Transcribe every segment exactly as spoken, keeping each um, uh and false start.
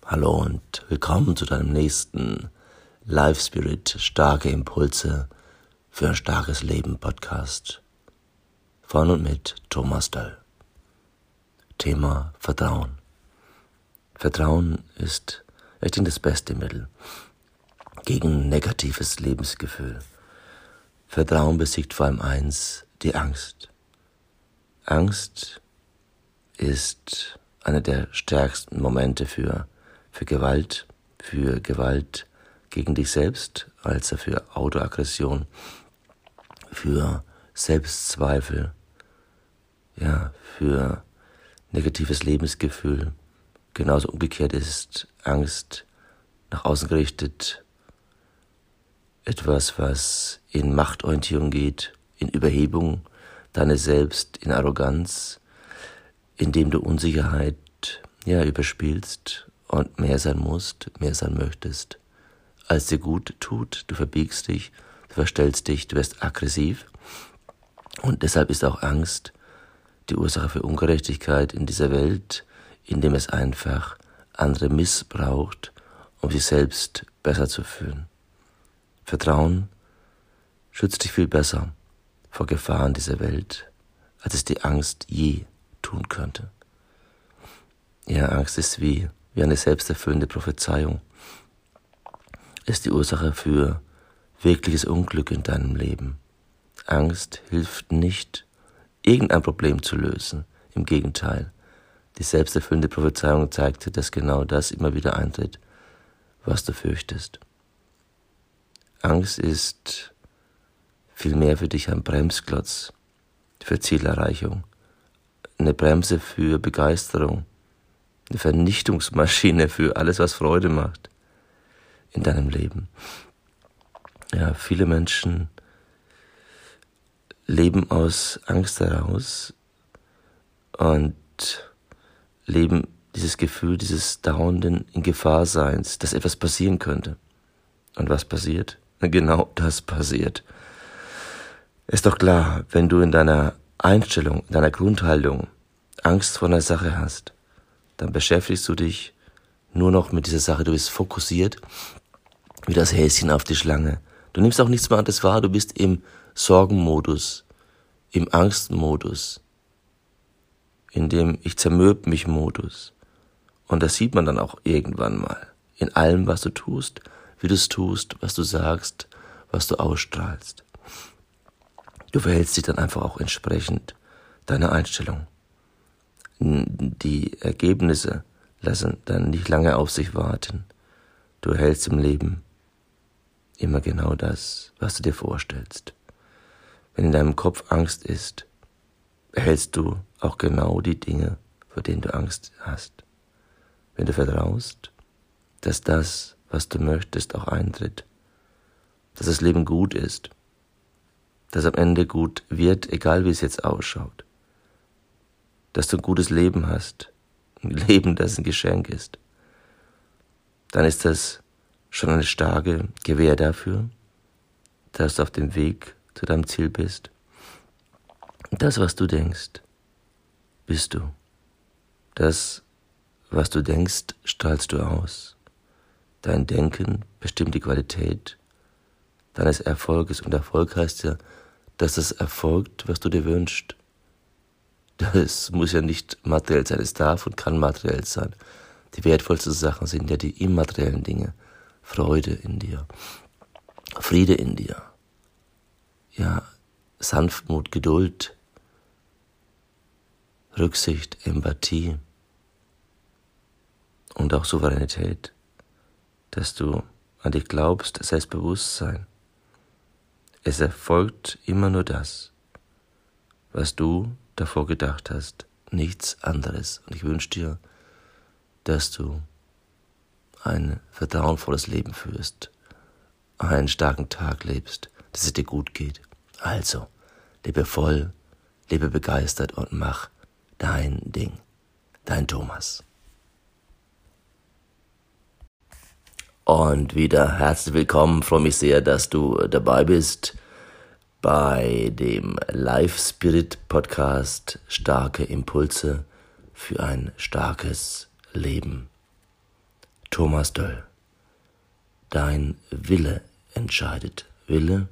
Hallo und willkommen zu deinem nächsten Life Spirit Starke Impulse für ein starkes Leben Podcast von und mit Thomas Döll. Thema Vertrauen. Vertrauen ist, ich denke, das beste Mittel gegen negatives Lebensgefühl. Vertrauen besiegt vor allem eins, die Angst. Angst ist einer der stärksten Momente für für Gewalt, für Gewalt gegen dich selbst, also für Autoaggression, für Selbstzweifel, ja, für negatives Lebensgefühl. Genauso umgekehrt ist Angst nach außen gerichtet etwas, was in Machtorientierung geht, in Überhebung deines Selbst, in Arroganz, indem du Unsicherheit ja überspielst und mehr sein musst, mehr sein möchtest, als dir gut tut. Du verbiegst dich, du verstellst dich, du wirst aggressiv. Und deshalb ist auch Angst die Ursache für Ungerechtigkeit in dieser Welt, indem es einfach andere missbraucht, um sich selbst besser zu fühlen. Vertrauen schützt dich viel besser vor Gefahren dieser Welt, als es die Angst je tun könnte. Ja, Angst ist wie wie eine selbsterfüllende Prophezeiung, ist die Ursache für wirkliches Unglück in deinem Leben. Angst hilft nicht, irgendein Problem zu lösen. Im Gegenteil, die selbsterfüllende Prophezeiung zeigt dir, dass genau das immer wieder eintritt, was du fürchtest. Angst ist vielmehr für dich ein Bremsklotz für Zielerreichung, eine Bremse für Begeisterung, eine Vernichtungsmaschine für alles, was Freude macht in deinem Leben. Ja, viele Menschen leben aus Angst heraus und leben dieses Gefühl, dieses dauernden in Gefahrseins, dass etwas passieren könnte. Und was passiert? Genau das passiert. Ist doch klar, wenn du in deiner Einstellung, in deiner Grundhaltung Angst vor einer Sache hast, dann beschäftigst du dich nur noch mit dieser Sache. Du bist fokussiert wie das Häschen auf die Schlange. Du nimmst auch nichts mehr anderes wahr. Du bist im Sorgenmodus, im Angstmodus, in dem ich zermürb mich Modus. Und das sieht man dann auch irgendwann mal. In allem, was du tust, wie du es tust, was du sagst, was du ausstrahlst. Du verhältst dich dann einfach auch entsprechend deiner Einstellung. Die Ergebnisse lassen dann nicht lange auf sich warten. Du erhältst im Leben immer genau das, was du dir vorstellst. Wenn in deinem Kopf Angst ist, erhältst du auch genau die Dinge, vor denen du Angst hast. Wenn du vertraust, dass das, was du möchtest, auch eintritt, dass das Leben gut ist, dass am Ende gut wird, egal wie es jetzt ausschaut, dass du ein gutes Leben hast, ein Leben, das ein Geschenk ist, dann ist das schon eine starke Gewähr dafür, dass du auf dem Weg zu deinem Ziel bist. Das, was du denkst, bist du. Das, was du denkst, strahlst du aus. Dein Denken bestimmt die Qualität deines Erfolges. Und Erfolg heißt ja, dass das erfolgt, was du dir wünschst. Das muss ja nicht materiell sein, es darf und kann materiell sein. Die wertvollsten Sachen sind ja die immateriellen Dinge. Freude in dir, Friede in dir, ja, Sanftmut, Geduld, Rücksicht, Empathie und auch Souveränität, dass du an dich glaubst, Selbstbewusstsein. Es erfolgt immer nur das, was du davor gedacht hast, nichts anderes. Und ich wünsche dir, dass du ein vertrauensvolles Leben führst, einen starken Tag lebst, dass es dir gut geht. Also, lebe voll, lebe begeistert und mach dein Ding. Dein Thomas. Und wieder herzlich willkommen, freue mich sehr, dass du dabei bist bei dem Life Spirit Podcast Starke Impulse für ein starkes Leben. Thomas Döll. Dein Wille entscheidet. Wille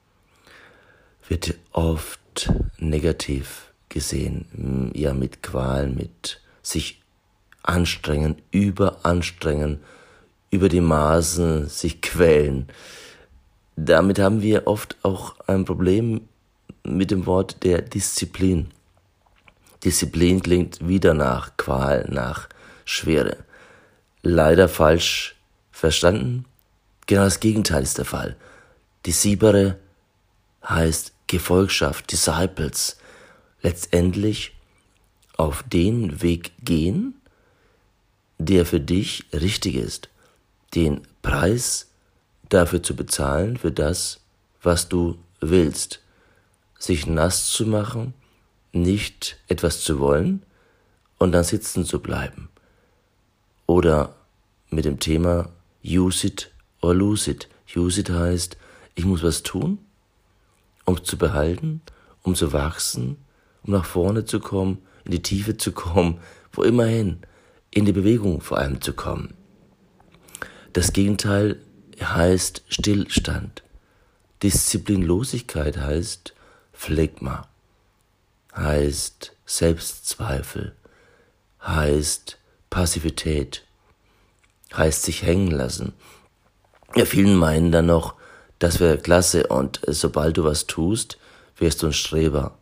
wird oft negativ gesehen, ja mit Qualen, mit sich anstrengen, überanstrengen, über die Maßen sich quälen. Damit haben wir oft auch ein Problem mit dem Wort der Disziplin. Disziplin klingt wieder nach Qual, nach Schwere. Leider falsch verstanden. Genau das Gegenteil ist der Fall. Discipere heißt Gefolgschaft, Disciples. Letztendlich auf den Weg gehen, der für dich richtig ist. Den Preis dafür zu bezahlen, für das, was du willst. Sich nass zu machen, nicht etwas zu wollen und dann sitzen zu bleiben. Oder mit dem Thema use it or lose it. Use it heißt, ich muss was tun, um es zu behalten, um zu wachsen, um nach vorne zu kommen, in die Tiefe zu kommen, wo immerhin, in die Bewegung vor allem zu kommen. Das Gegenteil heißt Stillstand. Disziplinlosigkeit heißt Phlegma, heißt Selbstzweifel, heißt Passivität, heißt sich hängen lassen. Ja, vielen meinen dann noch, das wäre klasse und sobald du was tust, wärst du ein Streber.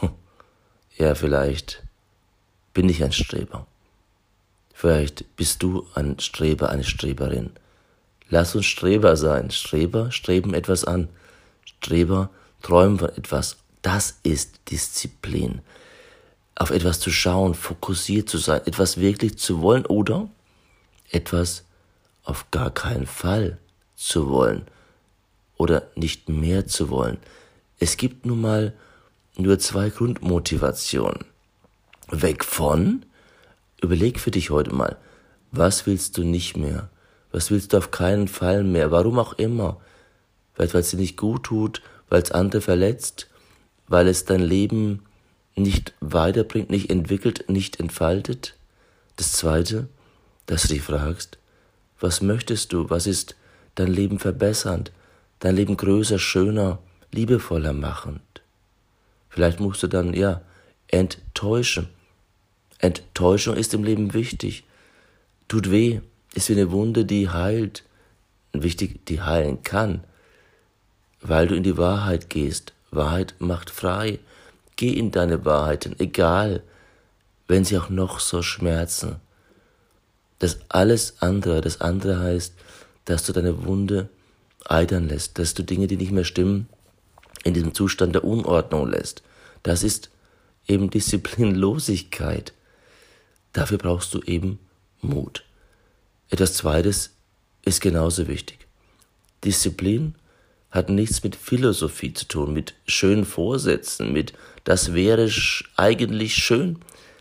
Ja, vielleicht bin ich ein Streber. Vielleicht bist du ein Streber, eine Streberin. Lass uns Streber sein. Streber streben etwas an. Streber träumen von etwas. Das ist Disziplin. Auf etwas zu schauen, fokussiert zu sein, etwas wirklich zu wollen oder etwas auf gar keinen Fall zu wollen oder nicht mehr zu wollen. Es gibt nun mal nur zwei Grundmotivationen. Weg von, überleg für dich heute mal, was willst du nicht mehr? Was willst du auf keinen Fall mehr? Warum auch immer. Vielleicht, weil es dir nicht gut tut, weil es andere verletzt, weil es dein Leben nicht weiterbringt, nicht entwickelt, nicht entfaltet. Das Zweite, dass du dich fragst, was möchtest du? Was ist dein Leben verbessernd? Dein Leben größer, schöner, liebevoller machend? Vielleicht musst du dann, ja, enttäuschen. Enttäuschung ist im Leben wichtig. Tut weh. Ist wie eine Wunde, die heilt. Wichtig, die heilen kann. Weil du in die Wahrheit gehst. Wahrheit macht frei. Geh in deine Wahrheiten, egal, wenn sie auch noch so schmerzen. Das alles andere, das andere heißt, dass du deine Wunde eitern lässt, dass du Dinge, die nicht mehr stimmen, in diesem Zustand der Unordnung lässt. Das ist eben Disziplinlosigkeit. Dafür brauchst du eben Mut. Etwas Zweites ist genauso wichtig. Disziplin hat nichts mit Philosophie zu tun, mit schönen Vorsätzen, mit das wäre eigentlich schön,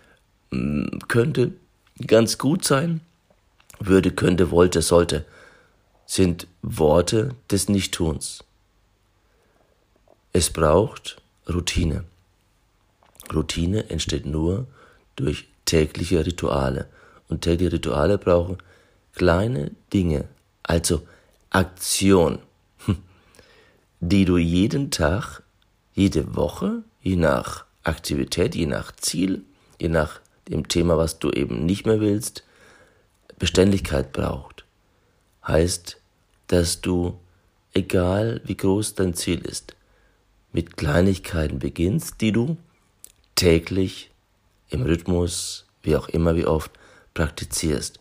könnte ganz gut sein, würde, könnte, wollte, sollte, sind Worte des Nichttuns. Es braucht Routine. Routine entsteht nur durch tägliche Rituale. Und tägliche Rituale brauchen kleine Dinge, also Aktion, die du jeden Tag, jede Woche, je nach Aktivität, je nach Ziel, je nach dem Thema, was du eben nicht mehr willst, Beständigkeit braucht. Heißt, dass du, egal wie groß dein Ziel ist, mit Kleinigkeiten beginnst, die du täglich im Rhythmus, wie auch immer, wie oft, praktizierst.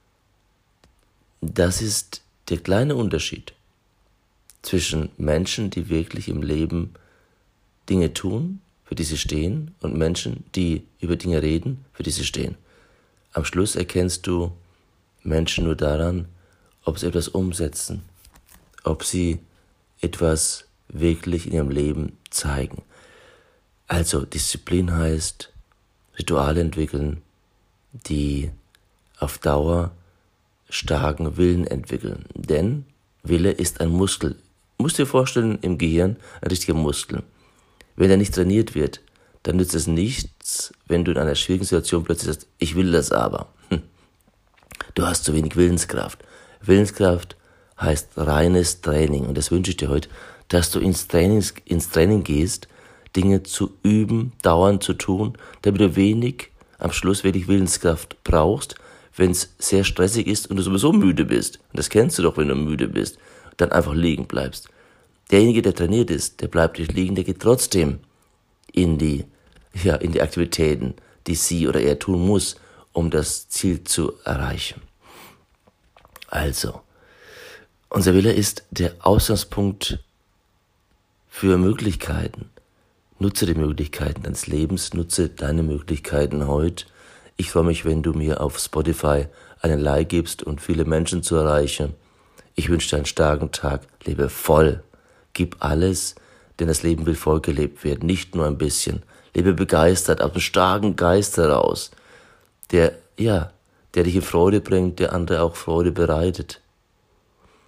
Das ist der kleine Unterschied zwischen Menschen, die wirklich im Leben Dinge tun, für die sie stehen, und Menschen, die über Dinge reden, für die sie stehen. Am Schluss erkennst du Menschen nur daran, ob sie etwas umsetzen, ob sie etwas wirklich in ihrem Leben zeigen. Also Disziplin heißt Rituale entwickeln, die auf Dauer starken Willen entwickeln. Denn Wille ist ein Muskel. Du musst dir vorstellen, im Gehirn ein richtiger Muskel. Wenn er nicht trainiert wird, dann nützt es nichts, wenn du in einer schwierigen Situation plötzlich sagst, ich will das aber. Hm. Du hast zu wenig Willenskraft. Willenskraft heißt reines Training. Und das wünsche ich dir heute, dass du ins Training, ins Training gehst, Dinge zu üben, dauernd zu tun, damit du wenig, am Schluss wenig Willenskraft brauchst, wenn es sehr stressig ist und du sowieso müde bist. Und das kennst du doch, wenn du müde bist. Dann einfach liegen bleibst. Derjenige, der trainiert ist, der bleibt nicht liegen, der geht trotzdem in die, ja, in die Aktivitäten, die sie oder er tun muss, um das Ziel zu erreichen. Also, unser Wille ist der Ausgangspunkt für Möglichkeiten. Nutze die Möglichkeiten deines Lebens, nutze deine Möglichkeiten heute. Ich freue mich, wenn du mir auf Spotify einen Like gibst und viele Menschen zu erreichen. Ich wünsche dir einen starken Tag, lebe voll, gib alles, denn das Leben will voll gelebt werden, nicht nur ein bisschen. Lebe begeistert, aus einem starken Geist heraus, der, ja, der dich in Freude bringt, der andere auch Freude bereitet.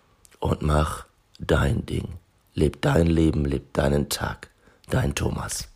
Und mach dein Ding. Leb dein Leben, leb deinen Tag. Dein Thomas.